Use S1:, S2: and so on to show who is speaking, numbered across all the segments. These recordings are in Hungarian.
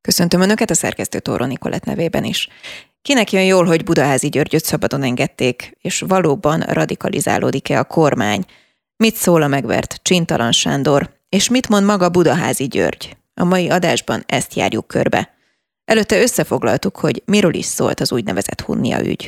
S1: Köszöntöm Önöket a szerkesztő Tóró Nikolett nevében is. Kinek jön jól, hogy Budaházy Györgyöt szabadon engedték, és valóban radikalizálódik-e a kormány? Mit szól a megvert Csintalan Sándor, és mit mond maga Budaházy György? A mai adásban ezt járjuk körbe. Előtte összefoglaltuk, hogy miről is szólt az úgynevezett Hunnia ügy.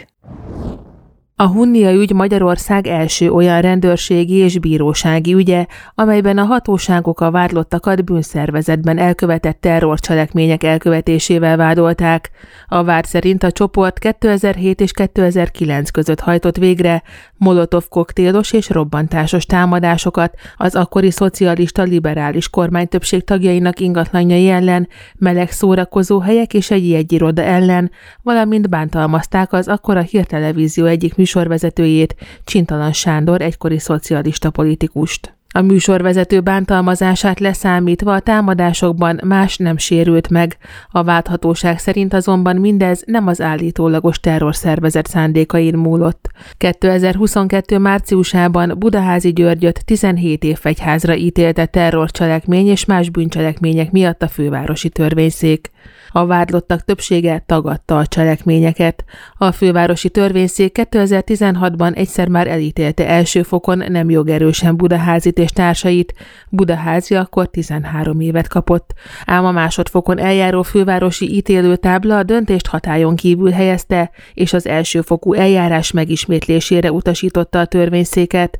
S2: A Hunnia ügy Magyarország első olyan rendőrségi és bírósági ügye, amelyben a hatóságok a vádlottakat bűnszervezetben elkövetett terrorcselekmények elkövetésével vádolták. A vád szerint a csoport 2007 és 2009 között hajtott végre molotov koktélos és robbantásos támadásokat az akkori szocialista liberális kormánytöbbség tagjainak ingatlanjai ellen, meleg szórakozóhelyek és egy jegyiroda ellen, valamint bántalmazták az akkora hírtelevízió egyik műsorvezetőjét, Csintalan Sándor egykori szocialista politikust. A műsorvezető bántalmazását leszámítva a támadásokban más nem sérült meg. A vádhatóság szerint azonban mindez nem az állítólagos terrorszervezet szándékain múlott. 2022. márciusában Budaházy Györgyöt 17 év fegyházra ítélte terrorcselekmény és más bűncselekmények miatt a fővárosi törvényszék. A vádlottak többsége tagadta a cselekményeket. A fővárosi törvényszék 2016-ban egyszer már elítélte első fokon nem jogerősen Budaházit és társait. Budaházy akkor 13 évet kapott. Ám a másodfokon eljáró fővárosi ítélőtábla a döntést hatályon kívül helyezte, és az elsőfokú eljárás megismétlésére utasította a törvényszéket.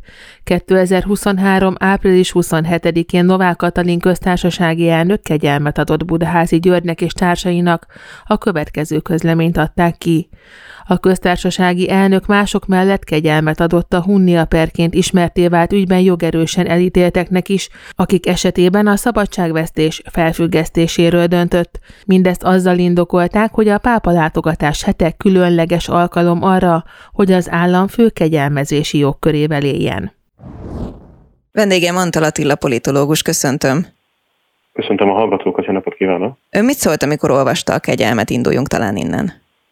S2: 2023. április 27-én Novák Katalin köztársasági elnök kegyelmet adott Budaházy Györgynek és társainak, a következő közleményt adták ki. A köztársasági elnök mások mellett kegyelmet adott a Hunnia perként ismertté vált ügyben jogerősen elítélteknek is, akik esetében a szabadságvesztés felfüggesztéséről döntött. Mindezt azzal indokolták, hogy a pápa látogatás hete különleges alkalom arra, hogy az államfő kegyelmezési jogkörével éljen.
S1: Vendégem Antal Attila politológus, köszöntöm.
S3: Köszöntöm a hallgatókat, jó napot kívánok!
S1: Ön mit szólt, amikor olvasta a kegyelmet? Induljunk talán innen.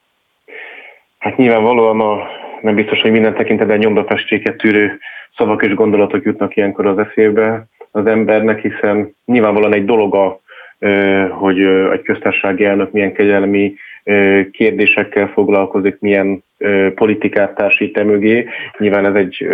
S3: Hát nyilvánvalóan nem biztos, hogy minden tekintetben nyomdafestéket tűrő szavak és gondolatok jutnak ilyenkor az eszébe az embernek, hiszen nyilvánvalóan egy dolog hogy egy köztársasági elnök milyen kegyelmi kérdésekkel foglalkozik, milyen politikát társít mögé. Nyilván ez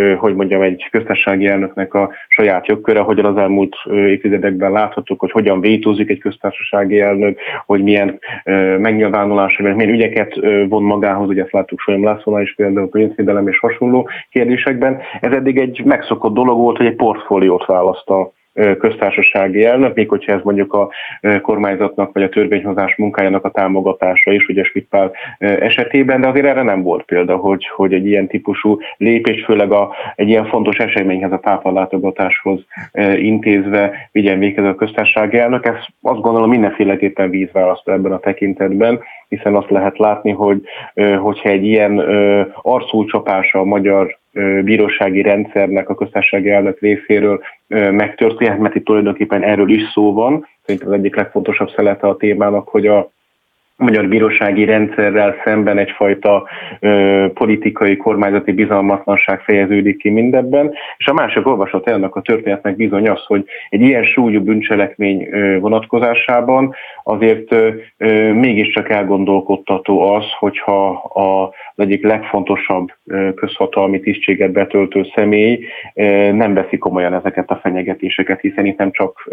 S3: egy köztársasági elnöknek a saját jogköre, hogyan az elmúlt évtizedekben láthatjuk, hogy hogyan vétózik egy köztársasági elnök, hogy milyen megnyilvánulásai, milyen ügyeket von magához, ugye ezt láttuk Solyom Lászlónál is például pénzvédelem és hasonló kérdésekben. Ez eddig egy megszokott dolog volt, hogy egy portfóliót választ a köztársasági elnök, még hogyha ez mondjuk a kormányzatnak vagy a törvényhozás munkájának a támogatása is, ugye Schmidt Pál esetében, de azért erre nem volt példa, hogy egy ilyen típusú lépés, főleg egy ilyen fontos eseményhez, a pápa látogatáshoz intézve vigyen véghez a köztársasági elnök. Ez azt gondolom mindenféleképpen vízválasztó ebben a tekintetben, hiszen azt lehet látni, hogyha egy ilyen arcúcsapása a magyar bírósági rendszernek a köztársasági elnök részéről megtörténhet, mert itt tulajdonképpen erről is szó van. Szerintem az egyik legfontosabb szelete a témának, hogy a magyar bírósági rendszerrel szemben egyfajta politikai, kormányzati bizalmatlanság fejeződik ki mindebben, és a másik olvasat ennek a történetnek bizony az, hogy egy ilyen súlyú bűncselekmény vonatkozásában azért mégiscsak elgondolkodtató az, hogyha az egyik legfontosabb közhatalmi tisztséget betöltő személy nem veszi komolyan ezeket a fenyegetéseket, hiszen itt nem csak,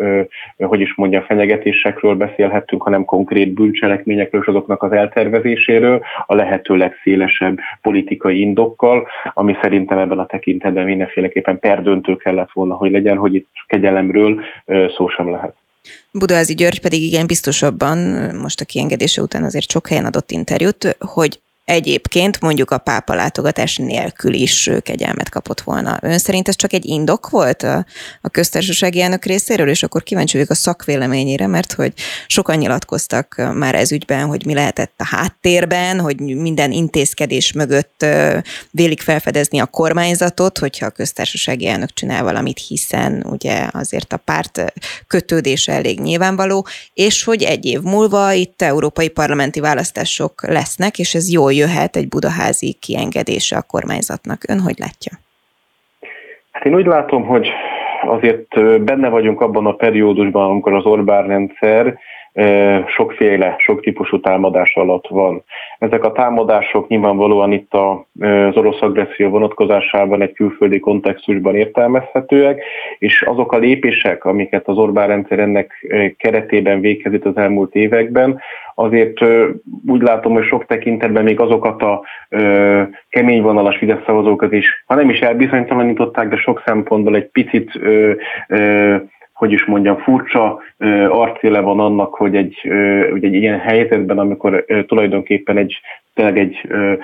S3: fenyegetésekről beszélhettünk, hanem konkrét bűncselekményekről és azoknak az eltervezéséről, a lehető legszélesebb politikai indokkal, ami szerintem ebben a tekintetben mindenféleképpen perdöntő kellett volna, hogy legyen, hogy itt kegyelemről szó sem lehet.
S1: Budaházy György pedig igen biztosabban, most a kiengedése után azért sok helyen adott interjút, hogy egyébként mondjuk a pápa látogatás nélkül is kegyelmet kapott volna. Ön szerint ez csak egy indok volt a köztársasági elnök részéről, és akkor kíváncsi vagyok a szakvéleményére, mert hogy sokan nyilatkoztak már ez ügyben, hogy mi lehetett a háttérben, hogy minden intézkedés mögött vélik felfedezni a kormányzatot, hogyha a köztársasági elnök csinál valamit, hiszen ugye azért a párt kötődése elég nyilvánvaló, és hogy egy év múlva itt európai parlamenti választások lesznek, és ez jól jöhet egy budaházi kiengedése a kormányzatnak. Ön hogy látja?
S3: Hát én úgy látom, hogy azért benne vagyunk abban a periódusban, amikor az Orbán rendszer sok típusú támadás alatt van. Ezek a támadások nyilvánvalóan itt az orosz agresszió vonatkozásában egy külföldi kontextusban értelmezhetőek, és azok a lépések, amiket az Orbán rendszer ennek keretében végezett az elmúlt években, azért úgy látom, hogy sok tekintetben még azokat a keményvonalas Fidesz szavazókat is, ha nem is elbizonytalanították, de sok szempontból egy picit furcsa arcéle van annak, hogy egy ilyen helyzetben, amikor tulajdonképpen tényleg egy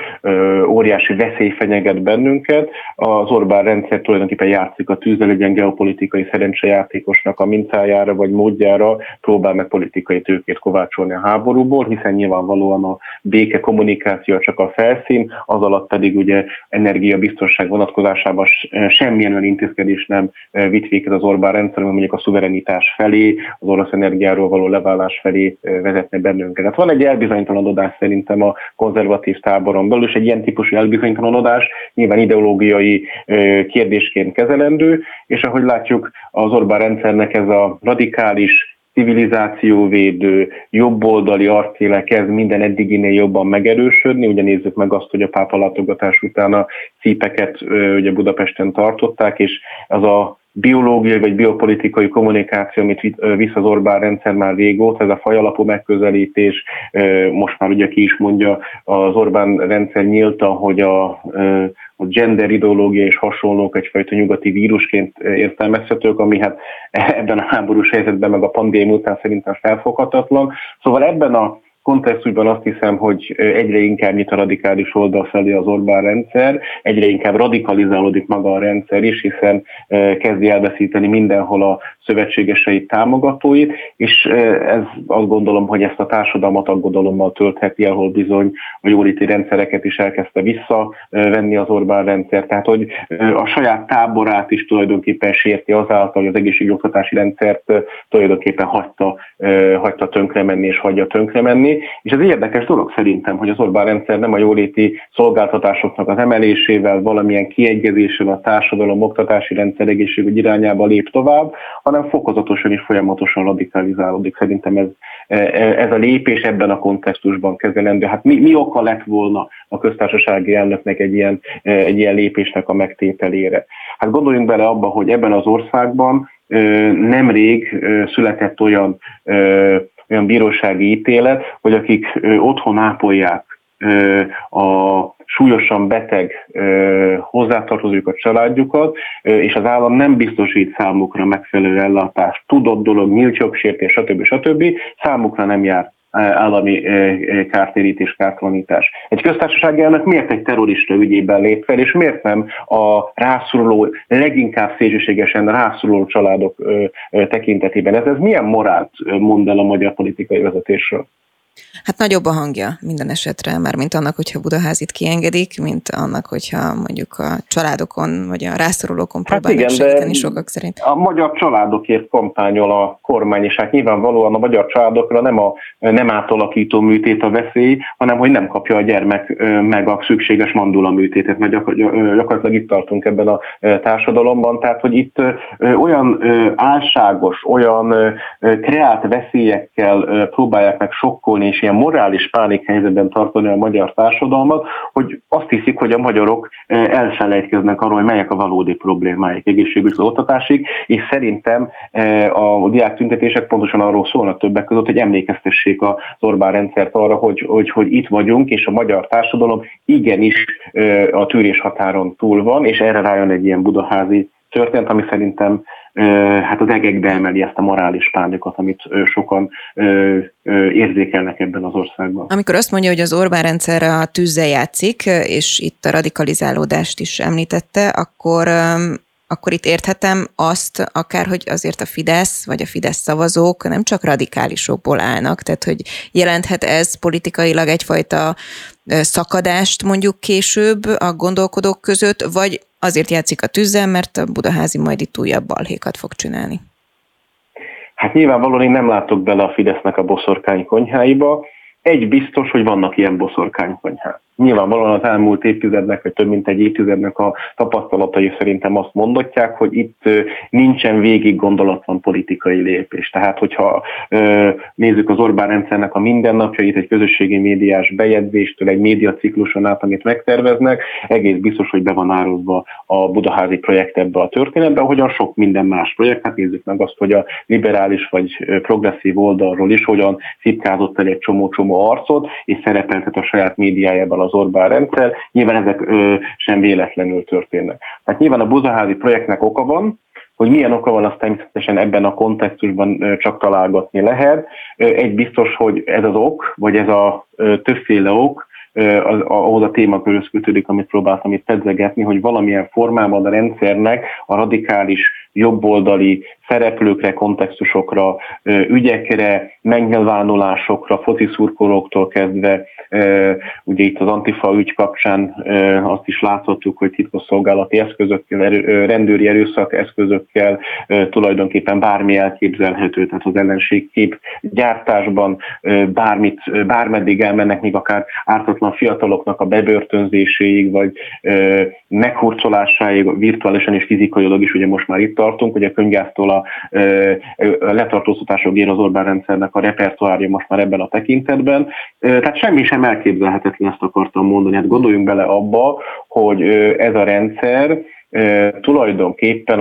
S3: óriási veszély fenyeget bennünket, az Orbán rendszer tulajdonképpen játszik a tűzzel, egy ilyen geopolitikai szerencsejátékosnak a mintájára vagy módjára próbál meg politikai tőkét kovácsolni a háborúból, hiszen nyilvánvalóan a béke kommunikáció csak a felszín, az alatt pedig ugye energiabiztonság vonatkozásában semmilyen olyan intézkedés nem vitt véghez az Orbán rendszer, ami mondjuk a szuverenitás felé, az orosz energiáról való leválás felé vezetne bennünket. Hát van egy elbizonytalanodás szerintem a konzervatív táboron belül, és egy ilyen típusú elbizonytalanodás nyilván ideológiai kérdésként kezelendő, és ahogy látjuk, az Orbán rendszernek ez a radikális, civilizációvédő, jobboldali arcéle kezd minden eddiginél jobban megerősödni. Ugye nézzük meg azt, hogy a pápa látogatás után a cípeket ugye Budapesten tartották, és az a biológiai vagy biopolitikai kommunikáció, amit visz az Orbán rendszer már régóta, ez a fajalapú megközelítés, most már ugye ki is mondja az Orbán rendszer nyíltan, hogy a gender ideológia és hasonlók egyfajta nyugati vírusként értelmezhetők, ami hát ebben a háborús helyzetben meg a pandémia után szerintem felfoghatatlan. Szóval ebben a kontextusban azt hiszem, hogy egyre inkább nyit a radikális oldal felé az Orbán rendszer, egyre inkább radikalizálódik maga a rendszer is, hiszen kezdi elveszíteni mindenhol a szövetségeseit, támogatóit, és ez azt gondolom, hogy ezt a társadalmat aggodalommal töltheti, ahol bizony a jóléti rendszereket is elkezdte visszavenni az Orbán rendszer. Tehát, hogy a saját táborát is tulajdonképpen sérti azáltal, hogy az egészségügyi-oktatási rendszert tulajdonképpen hagyta tönkremenni és hagyja tönkremenni. És ez érdekes dolog szerintem, hogy az Orbán rendszer nem a jóléti szolgáltatásoknak az emelésével, valamilyen kiegyezéssel a társadalom oktatási rendszer egészségügy irányába lép tovább, hanem fokozatosan és folyamatosan radikalizálódik. Szerintem ez a lépés ebben a kontextusban kezelendő. Hát mi oka lett volna a köztársasági elnöknek egy ilyen lépésnek a megtételére? Hát gondoljunk bele abba, hogy ebben az országban nemrég született olyan bírósági ítélet, hogy akik otthon ápolják a súlyosan beteg hozzátartozókat, családjukat, és az állam nem biztosít számukra megfelelő ellátást, tudott dolog, nyílt jogsértés, stb. Számukra nem jár állami kártérítés, kártalanítás. Egy köztársasági elnök miért egy terrorista ügyében lép fel, és miért nem a rászoruló, leginkább szélsőségesen rászoruló családok tekintetében? Ez milyen morált mond el a magyar politikai vezetésről?
S1: Hát nagyobb a hangja minden esetre, már mint annak, hogyha Budaházit kiengedik, mint annak, hogyha mondjuk a családokon, vagy a rászorulókon próbálnak segíteni sokak szerint. A
S3: magyar családokért kampányol a kormány, és hát nyilvánvalóan a magyar családokra nem a nem átalakító műtét a veszély, hanem hogy nem kapja a gyermek meg a szükséges mandula műtétet, mert gyakorlatilag itt tartunk ebben a társadalomban, tehát hogy itt olyan álságos, olyan kreált veszélyekkel próbálják meg sokkolni, és ilyen morális pánikhelyzetben tartani a magyar társadalmat, hogy azt hiszik, hogy a magyarok elfelejtkeznek arról, hogy melyek a valódi problémáik egészségügyi oktatásig, és szerintem a diáktüntetések pontosan arról szólnak többek között, hogy emlékeztessék az Orbán rendszert arra, hogy itt vagyunk, és a magyar társadalom igenis a tűrés határon túl van, és erre rájön egy ilyen budaházi történet, ami szerintem hát az egekbe emeli ezt a morális pánikot, amit sokan érzékelnek ebben az országban.
S1: Amikor azt mondja, hogy az Orbán rendszer a tűzzel játszik, és itt a radikalizálódást is említette, akkor itt érthetem azt, akár, hogy azért a Fidesz, vagy a Fidesz szavazók nem csak radikálisokból állnak, tehát hogy jelenthet ez politikailag egyfajta szakadást mondjuk később a gondolkodók között, vagy azért játszik a tűzzel, mert a Budaházi majd itt újabb balhékat fog csinálni?
S3: Hát nyilvánvalóan én nem látok bele a Fidesznek a boszorkány konyháiba. Egy biztos, hogy vannak ilyen boszorkány konyhák. Nyilvánvalóan az elmúlt évtizednek, vagy több mint egy évtizednek a tapasztalatai szerintem azt mondatják, hogy itt nincsen végig gondolatlan politikai lépés. Tehát, hogyha nézzük az Orbán rendszernek a mindennapjait, egy közösségi médiás bejegyzéstől, egy médiacikluson át, amit megterveznek, egész biztos, hogy be van ározva a budaházi projekt ebbe a történetbe, ahogyan sok minden más projekt. Hát nézzük meg azt, hogy a liberális vagy progresszív oldalról is hogyan szipkázott el egy csomó arcot, és szerepeltet a saját médiájában az Orbán rendszer. Nyilván ezek sem véletlenül történnek. Tehát nyilván a budaházi projektnek oka van, hogy milyen oka van, azt természetesen ebben a kontextusban csak találgatni lehet. Egy biztos, hogy ez az ok, vagy ez a többféle ok, ahhoz a témakörhöz kötődik, amit próbáltam itt pedzegetni, hogy valamilyen formában a rendszernek a radikális jobboldali szereplőkre, kontextusokra, ügyekre, megnyilvánulásokra, foci szurkolóktól kezdve, ugye itt az Antifa ügy kapcsán azt is láthatjuk, hogy titkosszolgálati eszközökkel, rendőri erőszak eszközökkel tulajdonképpen bármi elképzelhető, tehát az ellenségkép gyártásban bármeddig elmennek, még akár ártatlan fiataloknak a bebörtönzéséig, vagy meghurcolásáig, virtuálisan és fizikailag is, ugye most már itt tartunk, hogy a könyvgyásztól a letartóztatásokért az Orbán rendszernek a repertoárja most már ebben a tekintetben. Tehát semmi sem elképzelhetetlen, ezt akartam mondani. Hát gondoljunk bele abba, hogy ez a rendszer tulajdonképpen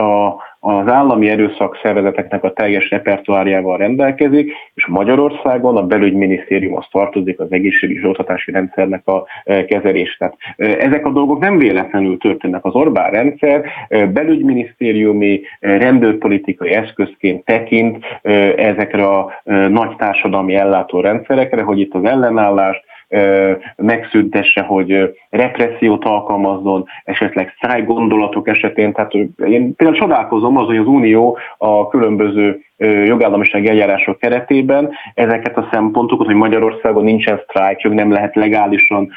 S3: az állami erőszak szervezeteknek a teljes repertoárjával rendelkezik, és Magyarországon a belügyminisztériumhoz tartozik az egészségügyi és oktatási rendszernek a kezelés. Tehát ezek a dolgok nem véletlenül történnek. Az Orbán rendszer belügyminisztériumi rendőrpolitikai eszközként tekint ezekre a nagy társadalmi ellátórendszerekre, hogy itt az ellenállást megszüntesse, hogy repressziót alkalmazzon, esetleg szájgondolatok esetén. Tehát én például csodálkozom az, hogy az Unió a különböző jogállamisági eljárások keretében ezeket a szempontokat, hogy Magyarországon nincsen sztrájk, nem lehet legálisan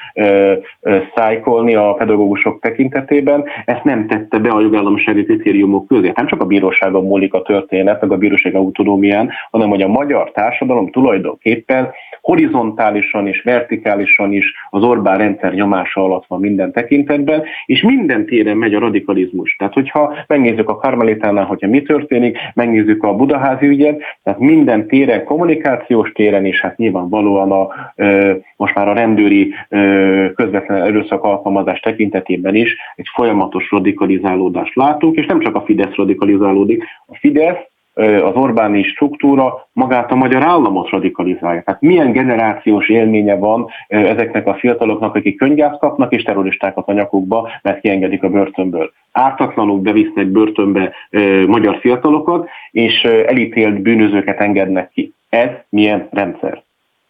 S3: sztrájkolni a pedagógusok tekintetében, ezt nem tette be a jogállamisági kritériumok közé. Nem csak a bíróságon múlik a történet, meg a bíróság autonómián, hanem hogy a magyar társadalom tulajdonképpen horizontálisan és vertikálisan is az Orbán rendszer nyomása alatt van minden tekintetben, és minden téren megy a radikalizmus. Tehát, hogyha megnézzük a Karmelitánál, hogyha mi történik, megnézzük a budaházi ügyet, tehát minden téren, kommunikációs téren is, hát nyilvánvalóan most már a rendőri közvetlen erőszak alkalmazás tekintetében is egy folyamatos radikalizálódást látunk, és nem csak a Fidesz radikalizálódik, a Fidesz, az Orbáni struktúra magát a magyar államot radikalizálja. Tehát milyen generációs élménye van ezeknek a fiataloknak, akik könyvgyászt kapnak és terroristákat a nyakukba, mert kiengedik a börtönből. Ártatlanul bevisznek börtönbe magyar fiatalokat, és elítélt bűnözőket engednek ki. Ez milyen rendszer?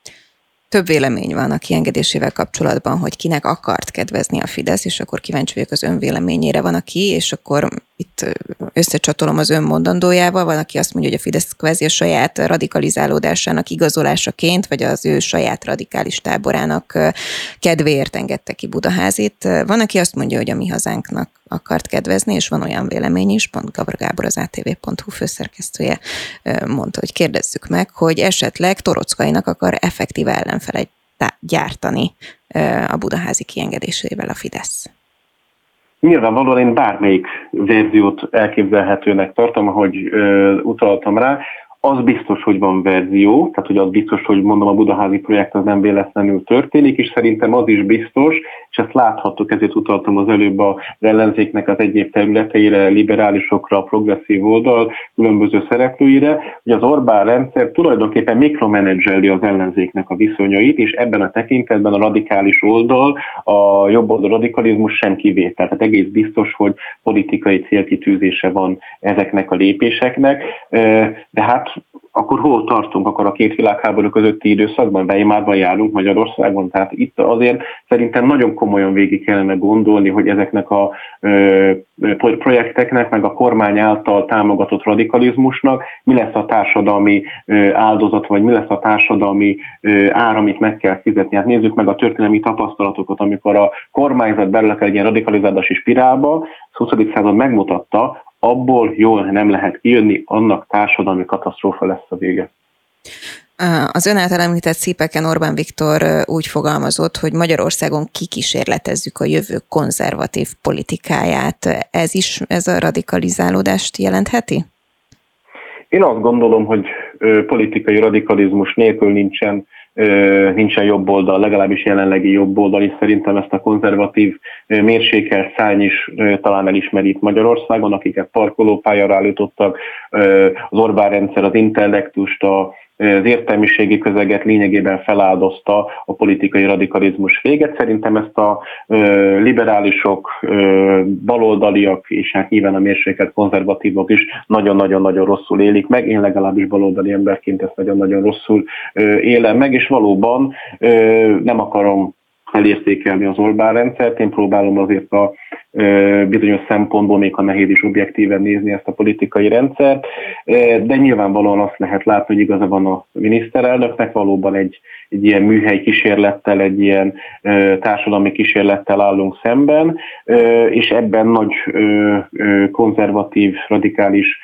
S1: Több vélemény van a kiengedésével kapcsolatban, hogy kinek akart kedvezni a Fidesz, és akkor kíváncsi vagyok az önvéleményére. Van aki, és akkor itt összecsatolom az önmondandójával, van, aki azt mondja, hogy a Fidesz kvázi a saját radikalizálódásának igazolásaként, vagy az ő saját radikális táborának kedvéért engedte ki Budaházit. Van, aki azt mondja, hogy a Mi Hazánknak akart kedvezni, és van olyan vélemény is, pont Gabra Gábor, az ATV.hu főszerkesztője mondta, hogy kérdezzük meg, hogy esetleg Torockainak akar effektív ellenfelet gyártani a budaházi kiengedésével a Fidesz.
S3: Nyilvánvalóan én bármelyik verziót elképzelhetőnek tartom, ahogy utaltam rá. Az biztos, hogy van verzió, tehát hogy az biztos, hogy mondom, a budaházi projekt az nem véletlenül történik, és szerintem az is biztos, és ezt láthattuk, ezért utaltam az előbb az ellenzéknek az egyéb területeire, liberálisokra, a progresszív oldal, különböző szereplőire, hogy az Orbán rendszer tulajdonképpen mikromenedzseli az ellenzéknek a viszonyait, és ebben a tekintetben a radikális oldal, a jobb oldal radikalizmus sem kivétel. Tehát egész biztos, hogy politikai célkitűzése van ezeknek a lépéseknek, de hát akkor hol tartunk, akkor a két világháború közötti időszakban, Weimarban járunk Magyarországon, tehát itt azért szerintem nagyon komolyan végig kellene gondolni, hogy ezeknek a projekteknek, meg a kormány által támogatott radikalizmusnak mi lesz a társadalmi áldozat, vagy mi lesz a társadalmi ár, amit meg kell fizetni. Hát nézzük meg a történelmi tapasztalatokat, amikor a kormányzat belül egy ilyen radikalizálási spirálba, a 20. század megmutatta, abból jól nem lehet kijönni, annak társadalmi katasztrófa lesz a vége.
S1: Az ön által említett szépeken Orbán Viktor úgy fogalmazott, hogy Magyarországon kikísérletezzük a jövő konzervatív politikáját. Ez a radikalizálódást jelentheti?
S3: Én azt gondolom, hogy politikai radikalizmus nélkül nincsen jobb oldal, legalábbis jelenlegi jobb oldal, és szerintem ezt a konzervatív mérsékelt szárny is talán elismeri itt Magyarországon, akiket parkolópályára állítottak, az Orbán rendszer az intellektust, az értelmiségi közeget lényegében feláldozta a politikai radikalizmus véget. Szerintem ezt a liberálisok, baloldaliak és hát nyilván a mérsékelt konzervatívok is nagyon-nagyon-nagyon rosszul élik meg. Én legalábbis baloldali emberként ezt nagyon-nagyon rosszul élem meg, és valóban nem akarom felértékelni az Orbán rendszert, én próbálom azért a bizonyos szempontból, még ha nehéz is objektíven nézni ezt a politikai rendszert, de nyilvánvalóan azt lehet látni, hogy igaza van a miniszterelnöknek, valóban egy ilyen műhely kísérlettel, egy ilyen társadalmi kísérlettel állunk szemben, és ebben nagy konzervatív, radikális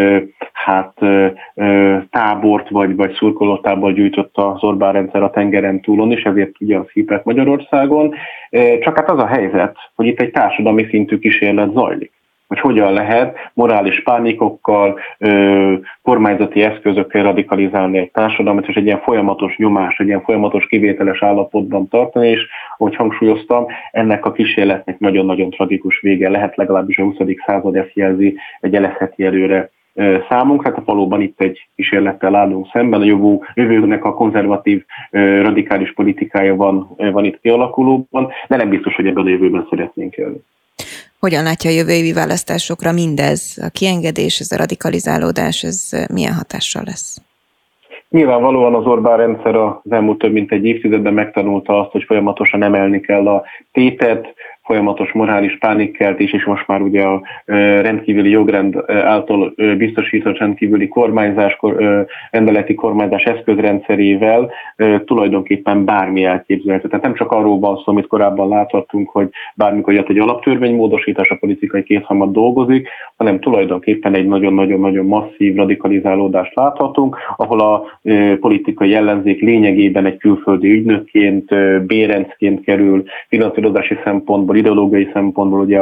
S3: tábort vagy szurkolótábort gyűjtött az Orbán rendszer a tengeren túlon, és ezért ugye az hípett Magyarországon. Csak hát az a helyzet, hogy itt egy társadalmi szintű kísérlet zajlik. Hogy hogyan lehet morális pánikokkal, kormányzati eszközökkel radikalizálni egy társadalmat, és egy ilyen folyamatos nyomás, egy ilyen folyamatos kivételes állapotban tartani, és ahogy hangsúlyoztam, ennek a kísérletnek nagyon-nagyon tragikus vége lehet, legalábbis a 20. század ezt jelzi, egy jelezheti előre számunkra, tehát valóban itt egy kísérlettel állunk szemben, a jövőnek a konzervatív, radikális politikája van itt kialakulóban, de nem biztos, hogy ebben a jövőben szeretnénk élni.
S1: Hogyan látja a jövő évi választásokra mindez? A kiengedés, ez a radikalizálódás, ez milyen hatással lesz?
S3: Nyilvánvalóan az Orbán rendszer az elmúlt több mint egy évtizedben megtanulta azt, hogy folyamatosan emelni kell a tétet, folyamatos morális pánikkeltés, és most már ugye a rendkívüli jogrend által biztosított rendkívüli kormányzás, rendeleti kormányzás eszközrendszerével tulajdonképpen bármi elképzelhető. Tehát nem csak arról van szó, amit korábban láthattunk, hogy bármikor jött egy alaptörvénymódosítás, a politikai kétharmad dolgozik, hanem tulajdonképpen egy nagyon-nagyon-nagyon masszív radikalizálódást láthatunk, ahol a politikai ellenzék lényegében egy külföldi ügynökként, bérencként kerül finanszírozási szempontból, ideológiai szempontból ugye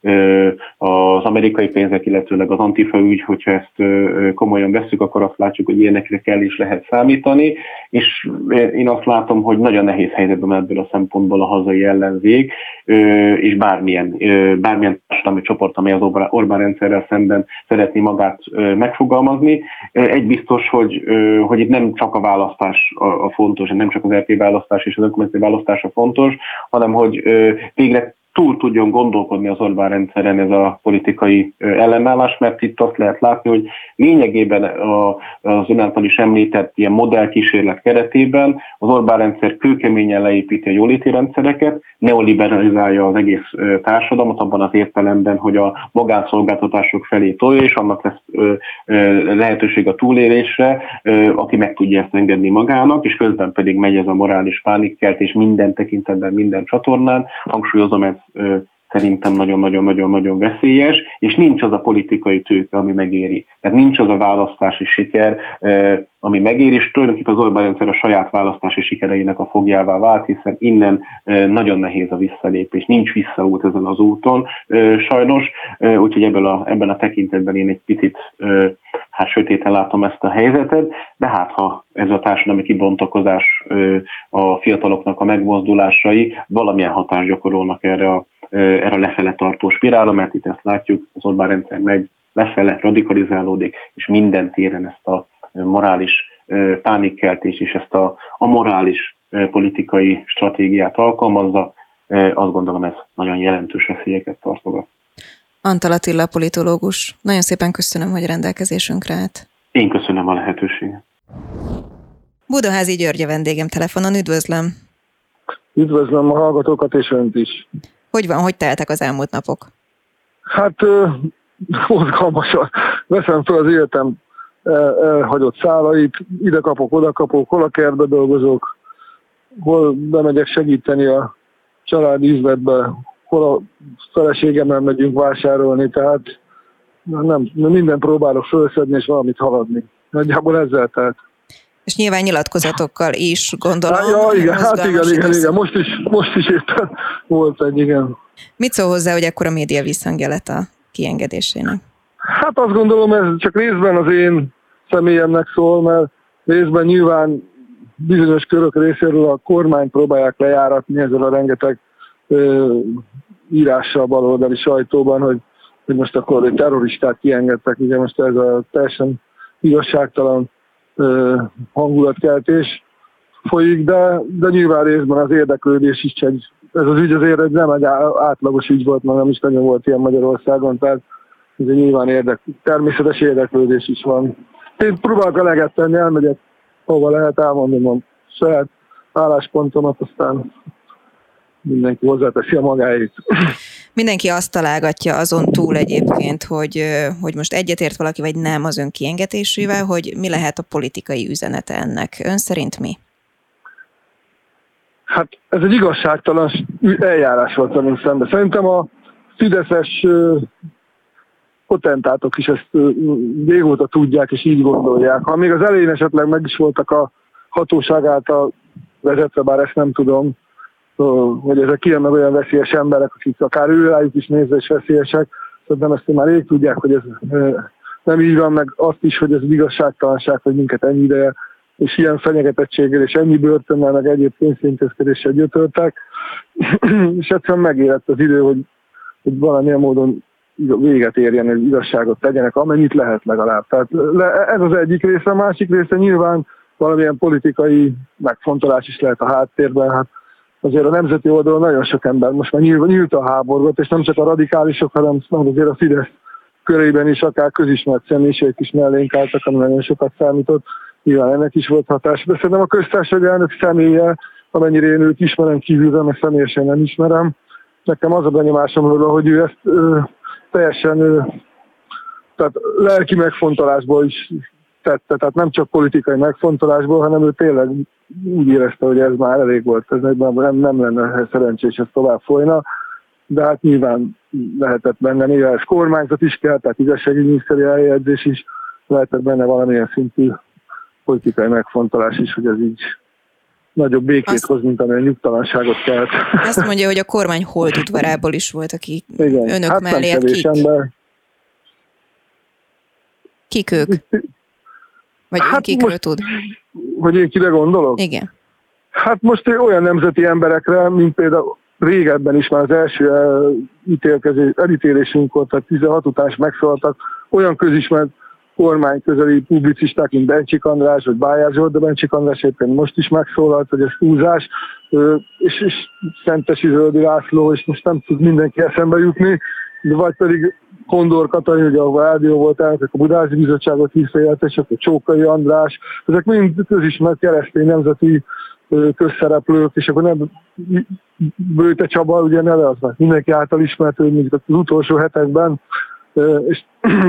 S3: az amerikai pénzek, illetőleg az Antifa ügy, hogyha ezt komolyan vesszük, akkor azt látjuk, hogy ilyenekre kell is lehet számítani, és én azt látom, hogy nagyon nehéz helyzetben ebből a szempontból a hazai ellenzék, és bármilyen társadalmi csoport, amely az Orbán rendszerrel szemben szeretné magát megfogalmazni. Egy biztos, hogy itt nem csak a választás a fontos, nem csak az EP választás és az önkormányzati választás a fontos, hanem hogy végre túl tudjon gondolkodni az Orbán rendszeren ez a politikai ellenállás, mert itt azt lehet látni, hogy lényegében az ön által is említett ilyen modellkísérlet keretében az Orbán rendszer kőkeményen leépíti a jóléti rendszereket, neoliberalizálja az egész társadalmat abban az értelemben, hogy a magánszolgáltatások felé tolja, és annak lesz lehetőség a túlélésre, aki meg tudja ezt engedni magának, és közben pedig megy ez a morális pánikkeltés minden tekintetben, minden csatornán. Hangsúlyozom, ez szerintem nagyon-nagyon-nagyon-nagyon veszélyes, és nincs az a politikai tőke, ami megéri. Tehát nincs az a választási siker, ami megéri, és tulajdonképpen az Orbán rendszer a saját választási sikereinek a fogjává vált, hiszen innen nagyon nehéz a visszalépés. Nincs visszaút ezen az úton, sajnos, úgyhogy ebben a tekintetben én egy picit sötéten látom ezt a helyzetet, de hát ha ez a társadalmi kibontakozás, a fiataloknak a megmozdulásai valamilyen hatást gyakorolnak erre a lefele tartó spirálra, mert itt ezt látjuk, az Orbán rendszer megy lefele, radikalizálódik, és minden téren ezt a morális pánikkeltés és ezt a morális politikai stratégiát alkalmazza. Azt gondolom, ez nagyon jelentős veszélyeket tartogat.
S1: Antal Attila politológus, nagyon szépen köszönöm, hogy rendelkezésünkre állt.
S3: Én köszönöm a lehetőséget.
S1: Budaházi György a vendégem telefonon, üdvözlöm.
S4: Üdvözlöm a hallgatókat és önt is.
S1: Hogy van, hogy teltek az elmúlt napok?
S4: Hát mozgalmasan veszem fel az életem elhagyott szálait, ide kapok, oda kapok, hol a kertbe dolgozok, hol bemegyek segíteni a családi üzletbe, hol a feleségemmel megyünk vásárolni, tehát minden próbálok felszedni és valamit haladni. Nagyjából ezzel telt.
S1: És nyilván nyilatkozatokkal is, gondolom.
S4: Igen. Most is éppen volt egy, igen.
S1: Mit szól hozzá, hogy ekkora média visszhangja lett a kiengedésének?
S4: Hát azt gondolom, ez csak részben az én személyemnek szól, mert részben nyilván bizonyos körök részéről a kormány próbálják lejáratni ezzel a rengeteg írással a baloldali sajtóban, hogy most akkor egy terroristát kiengedtek, ugye most ez a teljesen igazságtalan hangulatkeltés folyik, de nyilván részben az érdeklődés is ez az ügy azért nem egy átlagos ügy volt, mert nem is nagyon volt ilyen Magyarországon, tehát ugye nyilván természetes érdeklődés is van. Én próbálok eleget tenni, elmegyek, hova lehet, elmondom a saját álláspontomat, aztán mindenki hozzáteszi a magáét.
S1: Mindenki azt találgatja azon túl egyébként, hogy most egyetért valaki, vagy nem az ön kiengetésével, hogy mi lehet a politikai üzenete ennek. Ön szerint mi? Hát
S4: ez egy igazságtalan eljárás volt velünk szemben. Szerintem a fideszes potentátok is ezt régóta tudják, és így gondolják. Ha még az elején esetleg meg is voltak a hatóság által vezetve, bár ezt nem tudom, hogy ezek ilyen meg olyan veszélyes emberek, akik akár őrájuk is nézve és veszélyesek, szerintem ezt már rég tudják, hogy ez nem így van, meg azt is, hogy ez igazságtalanság, hogy minket ennyi ideje, és ilyen fenyegetettséggel, és ennyi börtönnel, meg egyéb pénzintézkedéssel gyötörtek, és egyszerűen megérett az idő, hogy valamilyen módon véget érjen, hogy igazságot tegyenek, amennyit lehet legalább. Tehát ez az egyik része, a másik része nyilván valamilyen politikai megfontolás is lehet a háttérben. Hát azért a nemzeti oldalon nagyon sok ember most már nyílt a háborút, és nem csak a radikálisok, hanem azért a Fidesz körében is akár közismert személyiségek is mellénk álltak, ami nagyon sokat számított. Nyilván ennek is volt hatása, de szerintem a köztársasági elnök személye, amennyire én őt ismerem kívülről, meg személyesen nem ismerem, nekem az a benyomásom róla, hogy ő ezt teljesen tehát lelki megfontolásból is tette, tehát nem csak politikai megfontolásból, hanem ő tényleg úgy érezte, hogy ez már elég volt, ez nem lenne szerencsés, ez tovább folyna, de hát nyilván lehetett benne, néha ez kormányzat is kell, tehát igazságügyminiszteri eljegyzés is, lehetett benne valamilyen szintű politikai megfontolás is, hogy ez így nagyobb békét hoz, mint amilyen nyugtalanságot kelt.
S1: Azt mondja, hogy a kormány holdudvarából is volt, aki
S4: igen,
S1: önök
S4: hát
S1: mellé. Kik ők? Vagy hát kikről tud?
S4: Hogy én kire gondolok?
S1: Igen.
S4: Hát most olyan nemzeti emberekre, mint például régebben is már az első elítélésünkkor, tehát 16 után is megszólaltak olyan közismert kormányközeli publicisták, mint Bencsik András, vagy Bájár Zsolt, de Bencsik András éppen most is megszólalt, hogy ez túlzás, és Szentesi Zöldi László, és most nem tud mindenki eszembe jutni, de vagy pedig Kondor Katalin, ugye a rádió volt elnök, a Budási Bizottságot visszajelentések, a Csókai András, ezek mind közismert keresztény nemzeti közszereplők, és akkor nem Bőte Csaba, ugye neve az már mindenki által ismert, hogy mondjuk az utolsó hetekben, és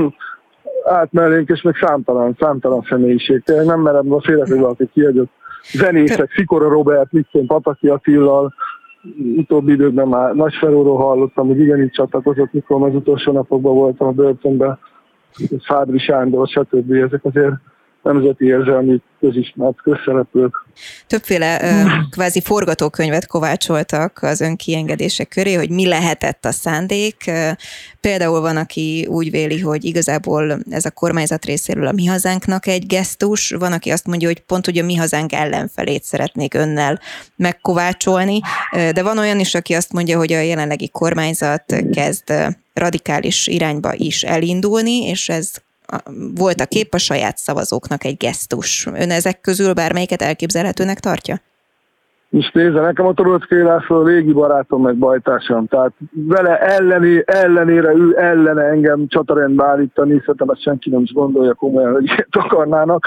S4: át mellénk, és meg számtalan személyiség. Tényleg nem merem a félek, hogy valaki kiadott zenészek, Szikora Robert, Mikkén, Pataki Attillal, utóbbi időkben már Nagyferóról hallottam, hogy igenis csatlakozott, mikor az utolsó napokban voltam a börtönben, Fádri Sándor, stb. Ezek azért nemzeti érzelmi közismert közszereplők.
S1: Többféle kvázi forgatókönyvet kovácsoltak az önkiengedések köré, hogy mi lehetett a szándék. Például van, aki úgy véli, hogy igazából ez a kormányzat részéről a Mi Hazánknak egy gesztus, van, aki azt mondja, hogy pont, hogy a Mi Hazánk ellenfelét szeretnék önnel megkovácsolni, de van olyan is, aki azt mondja, hogy a jelenlegi kormányzat kezd radikális irányba is elindulni, és ez volt a kép a saját szavazóknak egy gesztus. Ön ezek közül bármelyiket elképzelhetőnek tartja?
S4: Most nézze, nekem a Toroczkai László régi barátom, meg bajtársam, tehát vele ellenére ő ellene engem csatarendbe állítani, szerintem ezt senki nem is gondolja komolyan, hogy ilyet akarnának.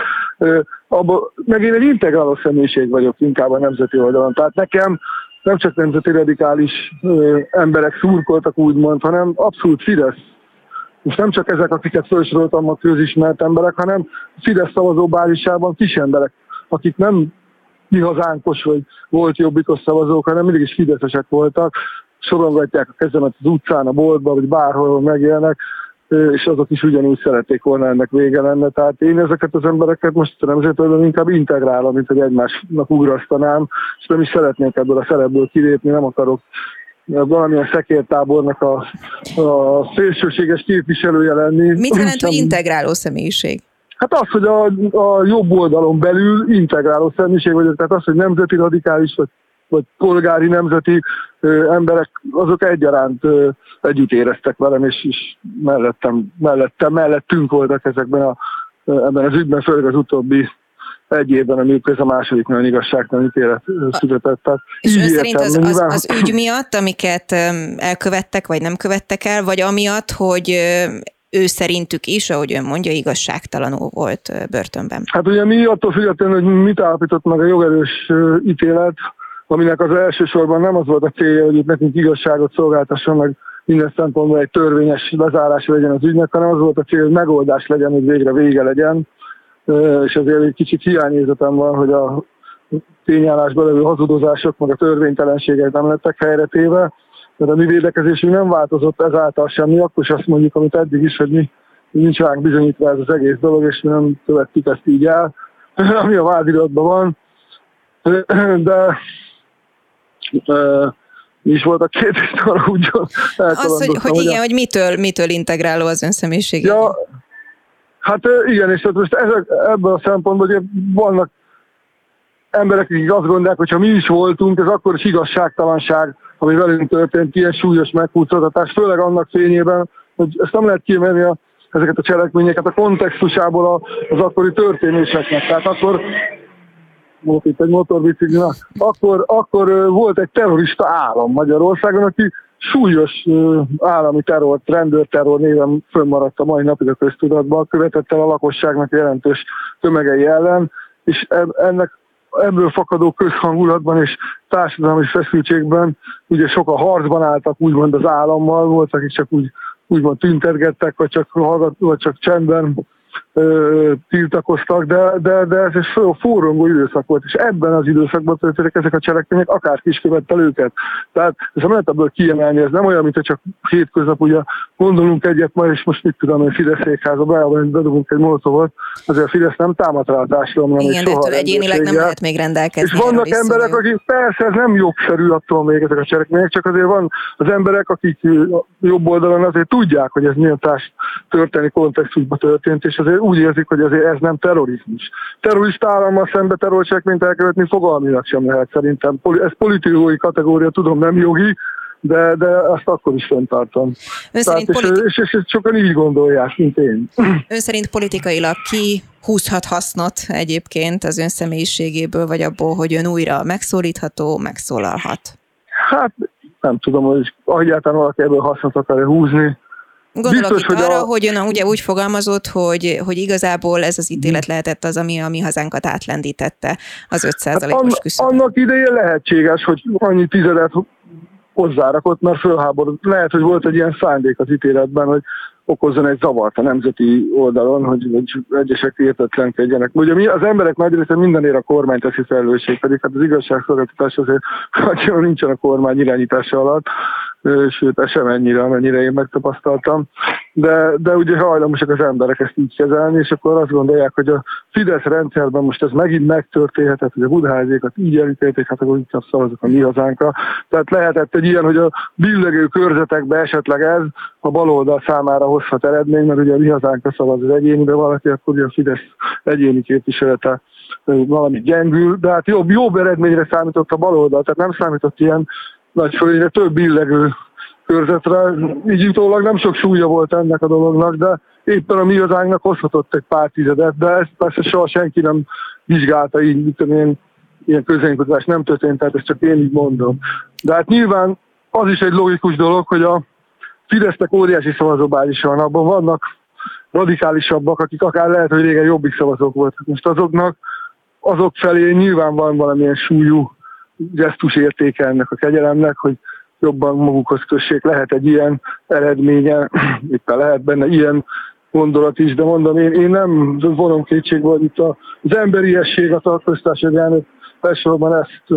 S4: Meg én egy integráló személyiség vagyok inkább a nemzeti oldalon, tehát nekem nem csak nemzeti radikális emberek szurkoltak úgymond, hanem abszolút Fidesz. És nem csak ezek, akiket felsoroltam a közismert emberek, hanem Fidesz szavazóbázisában kis emberek, akik nem Mi Hazánkos vagy volt jobbikos szavazók, hanem mindig is fideszesek voltak, sorongatják a kezemet az utcán, a boltban, vagy bárhol megélnek. és azok is ugyanúgy szerették volna ennek vége lenne. Tehát én ezeket az embereket most a nemzetőben inkább integrálom, mint hogy egymásnak ugrasztanám, és nem is szeretnék ebből a szerepből kilépni, nem akarok valamilyen szekértábornak a szélsőséges képviselője lenni.
S1: Mit jelent, hogy integráló személyiség?
S4: Hát az, hogy a jobb oldalon belül integráló személyiség vagyok, tehát az, hogy nemzeti radikális vagy polgári nemzeti emberek, azok egyaránt együtt éreztek velem, és mellettünk voltak ebben az ügyben, főleg az utóbbi egy évben, amikor ez a második nagyon igazságtalan ítélet született.
S1: És ön szerint az ügy miatt, amiket elkövettek, vagy nem követtek el, vagy amiatt, hogy ő szerintük is, ahogy ön mondja, igazságtalanul volt börtönben?
S4: Hát ugye mi attól függetlenül, hogy mit állapított meg a jogerős ítélet, aminek az elsősorban nem az volt a célja, hogy itt nekünk igazságot szolgáltasson, meg minden szempontból egy törvényes lezárás legyen az ügynek, hanem az volt a cél, hogy megoldás legyen, hogy végre vége legyen. És azért egy kicsit hiányérzetem van, hogy a tényállásban levő hazudozások, meg a törvénytelenségek nem lettek helyretéve, mert a mi védekezésünk nem változott ezáltal semmi, akkor is azt mondjuk, amit eddig is, hogy mi nincs ránk bizonyítva ez az egész dolog, és mi nem követtük ezt így el, ami a vádiratban van. De mi is volt a kérdés, arra úgy
S1: az, hogy igen, hogy mitől integráló az ön személyiségét?
S4: Ja, hát igen, és most ebből a szempontból, hogy vannak emberek, akik azt gondolják, hogy ha mi is voltunk, ez akkor is igazságtalanság, ami velünk történt, ilyen súlyos meghúztatás, főleg annak fényében, hogy ezt nem lehet kiemelni ezeket a cselekményeket a kontextusából az akkori történéseknek. Tehát akkor volt itt egy motorbicikli, akkor volt egy terrorista állam Magyarországon, aki súlyos állami terror, rendőrterror néven fönnmaradt a mai napig a köztudatban, követett el a lakosságnak jelentős tömegei ellen, és ebből fakadó közhangulatban és társadalmi feszültségben ugye sokan harcban álltak úgymond az állammal, voltak, akik csak úgymond tüntetgettek, vagy csak csendben tiltakoztak, de ez egy forrongó időszak volt, és ebben az időszakban történtek ezek a cselekmények, akárki is követte őket. Tehát ez nem lehet ebből kiemelni, ez nem olyan, mint hogy csak hétköznap ugye gondolunk egyet ma, és most mit tudom, hogy Fidesz székháza bedugunk egy molotovot, azért a Fidesz nem támad rá a társadalomra.
S1: Igen, de ettől egyénileg nem lehet még rendelkezni.
S4: És vannak emberek, akik persze ez nem jogszerű attól még ezek a cselekmények, csak azért van az emberek, akik jobb oldalon azért tudják, hogy ez milyen történelmi kontextusban történt, és azért úgy érzik, hogy azért ez nem terrorizmus. Terrorista állammal szembe terrorcselekményt elkövetni fogalmilag sem lehet szerintem. Ez politikai kategória, tudom, nem jogi, de azt akkor is fenntartom. És sokan így gondolják, mint én.
S1: Ön szerint politikailag ki húzhat hasznot egyébként az ön személyiségéből, vagy abból, hogy ön újra megszólítható, megszólalhat? Hát
S4: nem tudom, hogy egyáltalán valaki ebből hasznot akar húzni.
S1: Gondolok biztos, itt arra, hogy ön ugye úgy fogalmazott, hogy igazából ez az ítélet lehetett az, ami a mi hazánkat átlendítette az 5%-os küszöbön.
S4: Annak idején lehetséges, hogy annyi tizedet hozzárakott, mert fölháborult. Lehet, hogy volt egy ilyen szándék az ítéletben, hogy okozzon egy zavart a nemzeti oldalon, hogy egyesek értetlenkedjenek. Ugye az emberek nagy része mindenért a kormány teszi felelősség, pedig hát az igazságszolgáltatás azért nagyon nincsen a kormány irányítása alatt, sőt, ez sem ennyire, amennyire én megtapasztaltam. De ugye hajlamosak az emberek ezt így kezelni, és akkor azt gondolják, hogy a Fidesz rendszerben most ez megint megtörténhetett, hogy a Budaházékat így elítélték, hát akkor inkább szavazok a mi hazánkra. Tehát lehetett egy ilyen, hogy a billegő körzetekben esetleg ez a baloldal számára hozhat eredmény, mert ugye a mi hazánkra szavaz az egyéni, de valaki akkor ugye a Fidesz egyéni képviselete valami gyengül, de hát jobb eredményre számított a baloldal, tehát nem számított ilyen nagy fölényre, több illegő körzetre. Így utólag nem sok súlya volt ennek a dolognak, de éppen a mi hazánknak hozhatott egy pár tizedet, de ezt persze soha senki nem vizsgálta így, mit tudom én, ilyen közvéleménykutatás nem történt, tehát ezt csak én így mondom. De hát nyilván az is egy logikus dolog, hogy a Fidesznek óriási szavazóbázisa van, abban vannak radikálisabbak, akik akár lehet, hogy régen jobbik szavazók voltak. Most azok felé nyilván van valamilyen súlyú gesztus értéke ennek a kegyelemnek, hogy jobban magukhoz kössék, lehet egy ilyen eredménye, éppen lehet benne ilyen gondolat is, de mondom, én nem vonom kétségbe, hogy itt az emberiesség, a tartóztatási elnök elsősorban ezt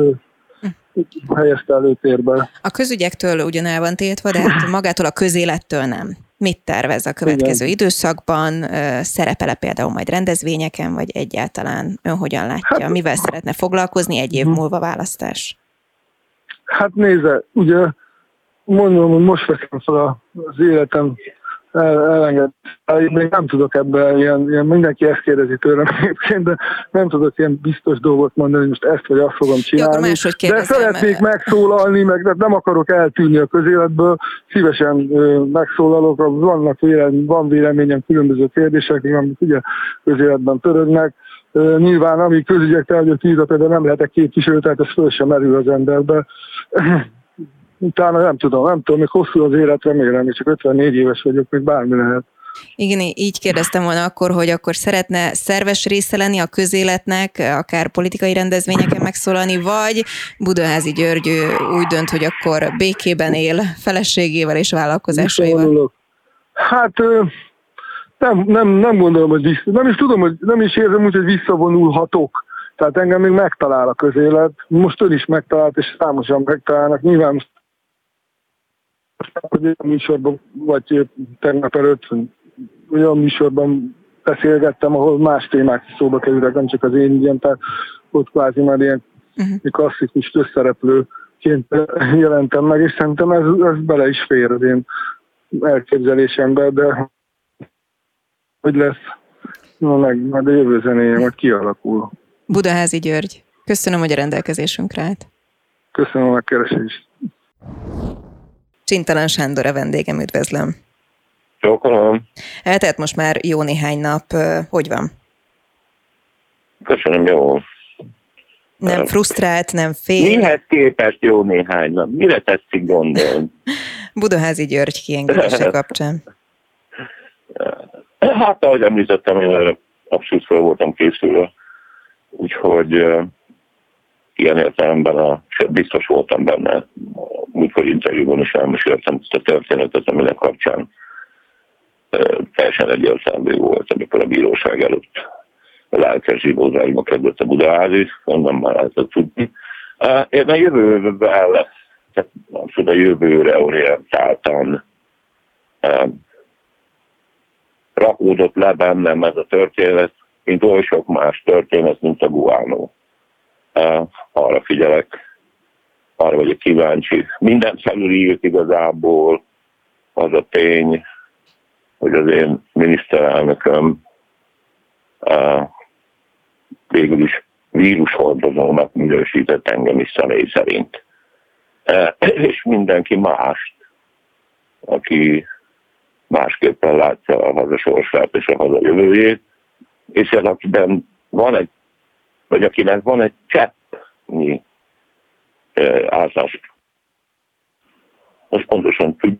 S4: helyezte előtérbe.
S1: A közügyektől ugyan el van tiltva, de hát magától a közélettől nem. Mit tervez a következő időszakban? Szerepel-e például majd rendezvényeken, vagy egyáltalán ön hogyan látja? Mivel szeretne foglalkozni egy év múlva választás?
S4: Hát nézze, ugye mondom, hogy most veszem fel az életem elenged. Még nem tudok ebben ilyen mindenki ezt kérdezi tőlem egyébként, de nem tudok ilyen biztos dolgot mondani, hogy most ezt vagy azt fogom csinálni. De szeretnék megszólalni, meg nem akarok eltűnni a közéletből, szívesen megszólalok, van véleményem különböző kérdésekről, amik ugye közéletben törögnek. Nyilván, ami közügyek tárgyat írta, de nem lehetek képviselő, tehát ez föl sem merül az emberbe. Utána nem tudom, még hosszú az élet, remélem, és csak 54 éves vagyok, még bármi lehet.
S1: Igen, így kérdeztem volna akkor, hogy akkor szeretne szerves része lenni a közéletnek, akár politikai rendezvényeken megszólalni, vagy Budaházy György úgy dönt, hogy akkor békében él feleségével és vállalkozásaival?
S4: Hát nem gondolom, hogy nem is tudom, hogy nem is érzem úgy, hogy visszavonulhatok. Tehát engem még megtalál a közélet. Most ön is megtalált, és számosan megtalálnak. Nyilván most hogy olyan műsorban, vagy tegnap előtt olyan műsorban beszélgettem, ahol más témák is szóba kerültek, nem csak az én ügyem, tehát ott kvázi már ilyen klasszikus közszereplőként jelentem meg, és szerintem ez bele is fér az én elképzelésembe, de hogy lesz, majd a jövő zenéje majd kialakul.
S1: Budaházy György, köszönöm, hogy a rendelkezésünkre állt.
S4: Köszönöm a megkeresést.
S1: Csintalan Sándor a vendégem, üdvözlöm.
S3: Jókolom.
S1: Eltelt most már jó néhány nap. Hogy van?
S3: Köszönöm, jó.
S1: Nem frusztrált, nem fél?
S3: Mihez képest jó néhány nap? Mire tetszik gondolni?
S1: Budaházy György kiengedése kapcsán.
S3: Hát, ahogy említettem, én abszolút fel voltam készülve. Úgyhogy ilyen értelemben biztos voltam benne. Mikor interjúban is elmeséltem ezt a történetet, aminek kapcsán teljesen egyértelmű volt, amikor a bíróság előtt a lelkes zsibózásba kezdett a Budaházy, onnan már lehetett tudni. Én a jövővel, tehát a jövőre orientáltan rakódott le bennem ez a történet, mint oly sok más történet, mint a Guano. Arra figyelek, arra vagyok kíváncsi. Minden felülírt igazából az a tény, hogy az én miniszterelnököm végül is vírushordozónak minősített engem is személy szerint. És mindenki mást, aki másképpen látja a haza sorsát és a haza jövőjét, és akiben van egy, vagy akinek van egy cseppnyi átlást. Az pontosan függ.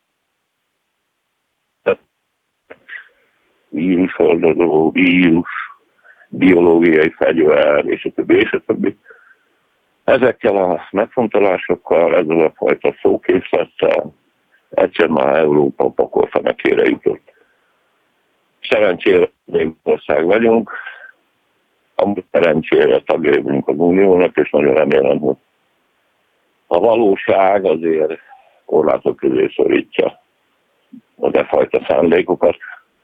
S3: Vírushordozó, vírus, biológiai fegyver, és a többi, és a többi. Ezekkel a megfontolásokkal, ezzel a fajta szókészlettel egyszer már Európa pakolfenekére jutott. Szerencsére még ország vagyunk, amúgy szerencsére tagjai vagyunk az Uniónak, és nagyon remélem, hogy a valóság azért korlátok közé szorítja az e fajta szándékokat.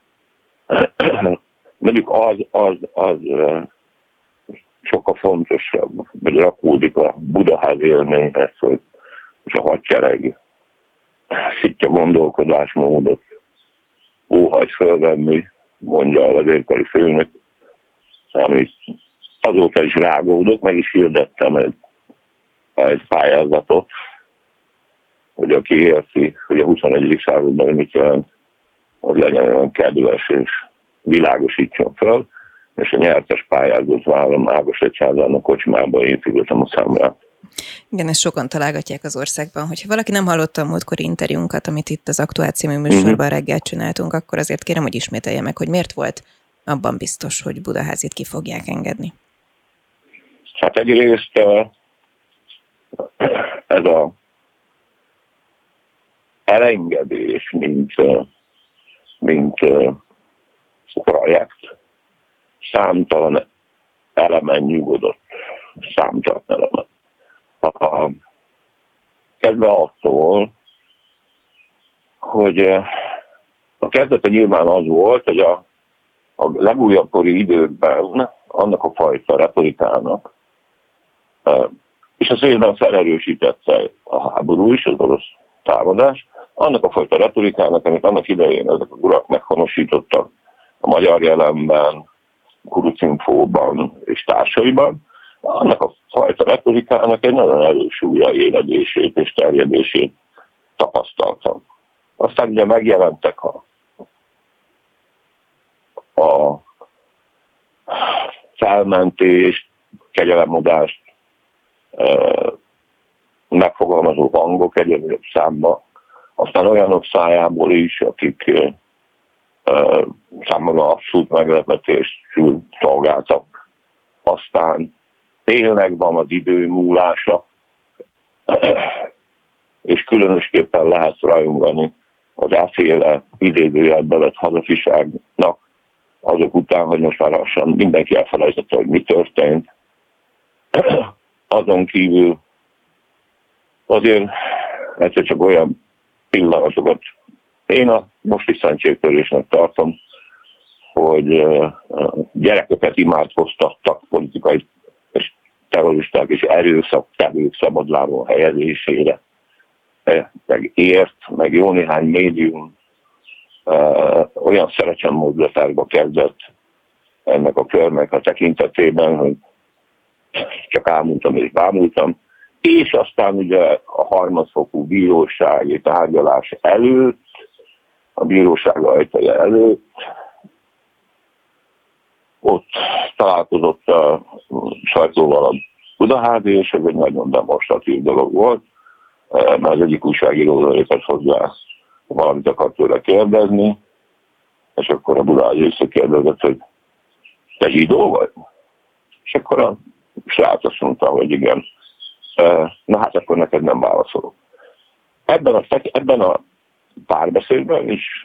S3: Mondjuk az sokkal fontosabb, hogy rakódik a Budaházy élményhez, hogy a hadsereg szitja gondolkodásmódot óhajt fölvenni, mondja a vezérkari főnök, amit azóta is rágódok, meg is hirdettem egy pályázatot, hogy aki érti, hogy a 21. században mit jelent, az legyen olyan kedves és világosítson fel, és a nyertes pályázat vállam Ágos Egyházának kocsmában én figyeltem a számlát.
S1: Igen, ezt sokan találgatják az országban. Hogyha valaki nem hallotta a múltkori interjúnkat, amit itt az Aktuál című műsorban reggel csináltunk, akkor azért kérem, hogy ismételje meg, hogy miért volt abban biztos, hogy Budaházit ki fogják engedni.
S3: Hát egyrészt ez a elengedés, mint projekt, számtalan elemen nyugodott. Számtalan elemen. Kezdve attól, hogy
S5: A kezdete nyilván az volt, hogy a legújabb kori időkben annak a fajta retorikának, és az részben felerősítette a háború is, az orosz támadás, annak a fajta retorikának, amit annak idején ezek a urak meghonosítottak a Magyar Jelenben, Kurucinfóban és társaiban, annak a fajta retorikának egy nagyon erős újraéledését és terjedését tapasztaltam. Aztán ugye megjelentek a felmentést, kegyelemodást megfogalmazó hangok egyre nagyobb számba, aztán olyanok szájából is, akik számomra abszolút meglepetést szolgáltak. Aztán tényleg van az idő múlása, és különösképpen lehet rajongani az elféle idézőjelbe vett hazafiságnak, azok után, hogy most már lassan mindenki elfelejtette, hogy mi történt. Azon kívül azért egyszer csak olyan pillanatokat én a mosti szentségtörésnek tartom, hogy gyerekeket imádkoztattak politikai és terroristák és erőszaktevők szabadlábon helyezésére, meg meg jó néhány médium olyan szerecsenmódulatákba kezdett ennek a körnek a tekintetében, hogy csak ámultam és bámultam, és aztán ugye a harmadfokú bírósági tárgyalás előtt, a bíróság ajtaja előtt, ott találkozott a sajtóval a Budaházi, és ez egy nagyon demonstratív dolog volt, mert az egyik újságíró lépett hozzá, valamit akart tőle kérdezni, és akkor a Budaházi visszakérdezett, hogy te zsidó vagy? És akkor a srác azt mondta, hogy igen. Na hát akkor neked nem válaszolok. Ebben a párbeszédben is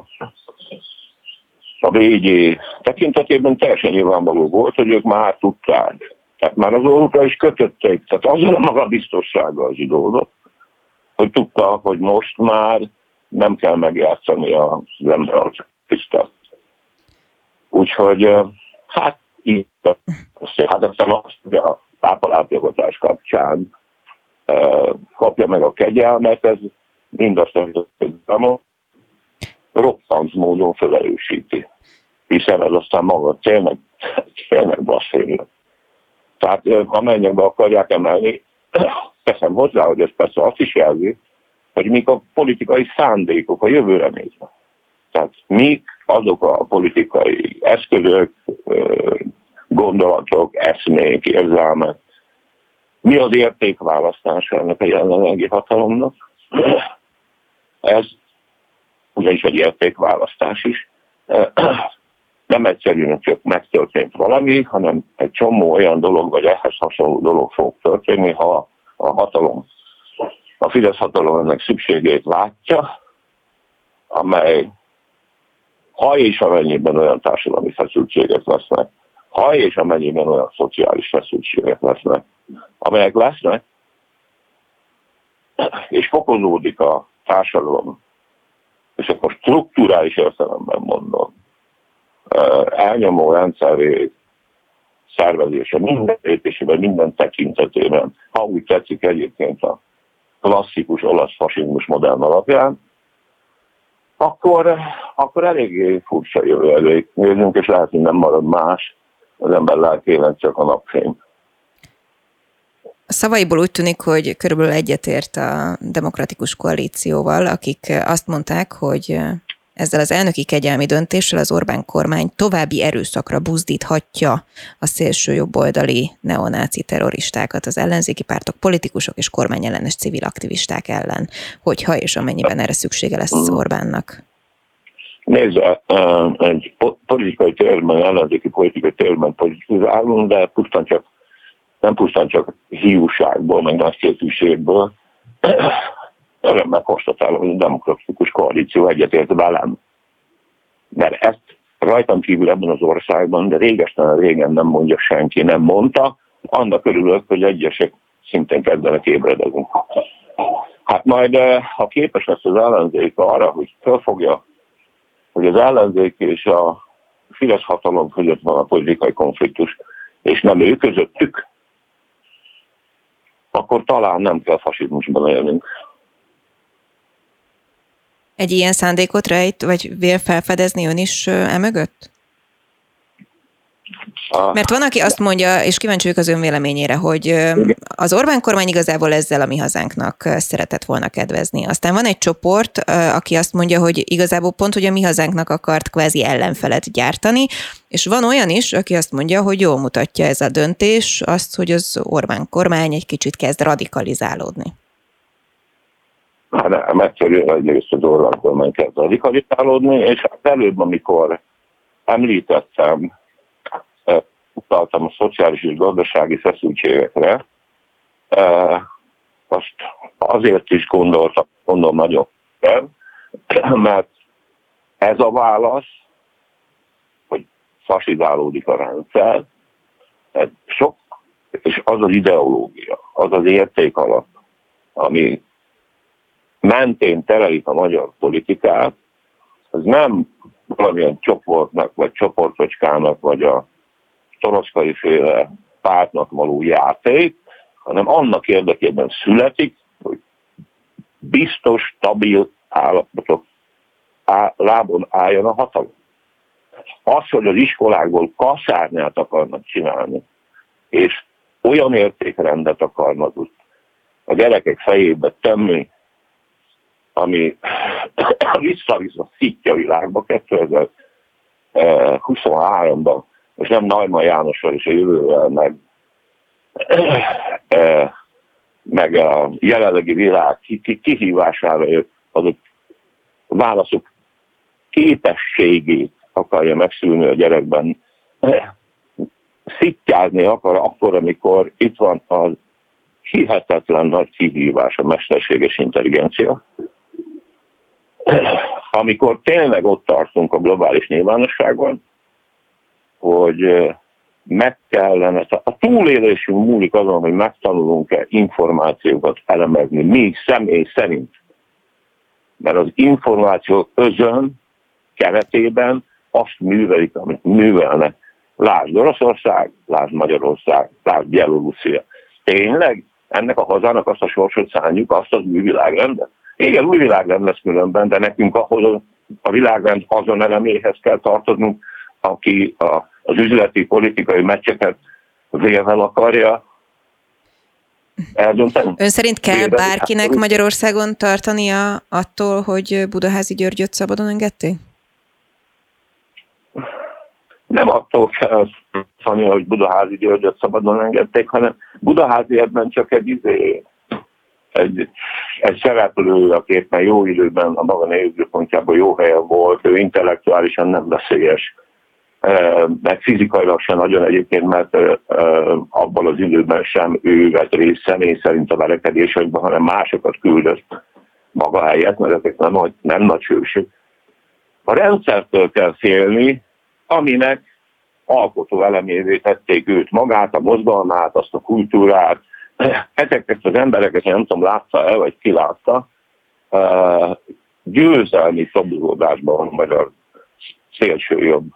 S5: a VG tekintetében teljesen nyilvánvaló volt, hogy ők már tudták. Tehát már az orrukra is kötötték. Tehát azzal a magabiztossággal zsidózott, hogy tudta, hogy most már nem kell megjátszani az ember tisztát. Úgyhogy hát így, hát aztán azt, hogy a pápalátogatás kapcsán kapja meg a kegyelmet, ez mindazt, amit a roppant módon felerősíti. Hiszen ez aztán maga tényleg baszfény. Tehát amennyire akarják emelni, teszem hozzá, hogy ez persze azt is jelzi, hogy mik a politikai szándékok a jövőre nézve. Tehát mik azok a politikai eszközök, gondolatok, eszmék, érzelmek, mi az értékválasztása ennek a jelenlegi hatalomnak. Ez ugyanis egy értékválasztás is. Nem egyszerűen csak megtörtént valami, hanem egy csomó olyan dolog, vagy ehhez hasonló dolog fog történni, ha a Fidesz hatalom ennek szükségét látja, amely ha és amennyiben olyan társadalmi feszültségek lesznek, ha és amennyiben olyan szociális feszültségek lesznek, amelyek lesznek, és fokozódik a társadalom, és akkor strukturális értelemben mondom, elnyomó rendszeré szervezése minden lépésében, minden tekintetében, ha úgy tetszik egyébként a klasszikus olasz fasizmus modern alapján, akkor eléggé furcsa jövő elé nézünk, és lehet, hogy nem marad más, az ember lelkében csak a napfény.
S1: A szavaiból úgy tűnik, hogy körülbelül egyetért a demokratikus koalícióval, akik azt mondták, hogy ezzel az elnöki kegyelmi döntéssel az Orbán kormány további erőszakra buzdíthatja a szélső jobboldali neonáci terroristákat, az ellenzéki pártok, politikusok és kormányellenes civil aktivisták ellen, hogyha és amennyiben erre szüksége lesz az Orbánnak.
S5: Nézd, egy politikai térben, ellenzéki politikai térben politizálunk, de nem pusztán csak hiúságból, meg nagyképűségből, örömmel konstatálom, hogy a demokratikus koalíció egyetért velem. Mert ezt rajtam kívül ebben az országban, de régen nem mondja senki, nem mondta, annak örülök, hogy egyesek szintén kezdenek ébredeni. Hát majd, ha képes lesz az ellenzék arra, hogy felfogja hogy az ellenzék és a Fidesz hatalom között van a politikai konfliktus, és nem ő közöttük, akkor talán nem kell fasizmusban élnünk.
S1: Egy ilyen szándékot rejt, vagy vél felfedezni ön is emögött? Mert van, aki azt mondja, és kíváncsi vagyok az ön véleményére, hogy az Orbán kormány igazából ezzel a mi hazánknak szeretett volna kedvezni. Aztán van egy csoport, aki azt mondja, hogy igazából pont, hogy a mi hazánknak akart kvázi ellenfelet gyártani, és van olyan is, aki azt mondja, hogy jól mutatja ez a döntés azt, hogy az Orbán kormány egy kicsit kezd radikalizálódni.
S5: Nem, egyszerűen egyrészt az Orbán kormány kezd radikalizálódni, és előbb, amikor említettem, utaltam a szociális és gazdasági feszültségekre, azt azért is gondolom nagyon kell, mert ez a válasz, hogy fasizálódik a rendszer, sok, és az az ideológia, az az érték alap, ami mentén terelik a magyar politikát, az nem valamilyen csoportnak, vagy csoportocskának, vagy a toroszkai féle pártnak való játék, hanem annak érdekében születik, hogy biztos, stabil állapotok lábon álljon a hatalom. Az, hogy az iskolákból kaszárnyát akarnak csinálni, és olyan értékrendet akarnak a gyerekek fejébe tenni, ami vissza-vissza szitja világba 2023-ban, és nem Neumann Jánossal és a jövővel, meg a jelenlegi világ kihívására adott válaszok képességét akarja megszülni a gyerekben. Szittyázni akar akkor, amikor itt van az hihetetlen nagy kihívás, a mesterséges intelligencia. Amikor tényleg ott tartunk a globális nyilvánosságban, hogy meg kellene, a túlélésünk múlik azon, hogy megtanulunk-e információkat elemezni, még személy szerint. Mert az információ özön keretében azt művelik, amit művelnek. Lásd Oroszország, lásd Magyarország, lásd Bielorusszia. Tényleg ennek a hazának azt a sorsot szánjuk, azt az új világrendet? Igen, új világrend lesz különben, de nekünk ahhoz a világrend azon eleméhez kell tartoznunk, aki az üzleti, politikai meccseket vélvel akarja eldönteni.
S1: Ön szerint kell bárkinek Magyarországon tartania attól, hogy Budaházy Györgyöt szabadon engedték?
S5: Nem attól kell tartania, hogy Budaházy Györgyöt szabadon engedték, hanem Budaházy ebben csak egy szereplő, aki éppen jó időben a maga nézőpontjában jó helyen volt, ő intellektuálisan nem veszélyes, meg fizikailag sem nagyon egyébként, mert abban az időben sem ő vett részt személy szerint a verekedésekben, hanem másokat küldött maga helyett, mert ezek nem nagy hősök. A rendszertől kell félni, aminek alkotó elemévé tették őt magát, a mozgalmát, azt a kultúrát. Ezeket az embereket, nem tudom, látta el, vagy ki látta, győzelmi szabadulódásban van a magyar szélsőjobb.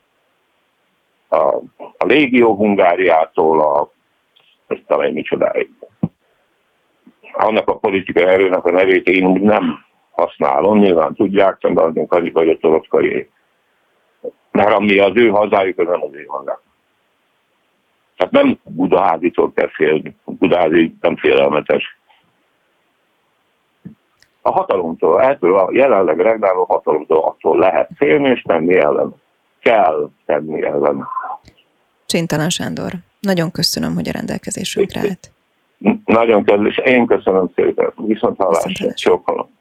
S5: A Légió Hungáriától talán micsodáig. Annak a politikai erőnek a nevét én nem használom, nyilván tudják, de azon kazik, hogy a toroszkai. Mert ami az ő hazájuk, az nem az ő hazák. Tehát nem Budaházitól kell félni. Budaházi nem félelmetes. A hatalomtól, ettől a jelenleg regnáló hatalomtól attól lehet félni, és tenni ellen. Kell tenni ellen.
S1: Csintalan Sándor, nagyon köszönöm, hogy a rendelkezésünkre állt.
S5: Nagyon kedves, én köszönöm szépen. Viszont hallásra. Sokkal.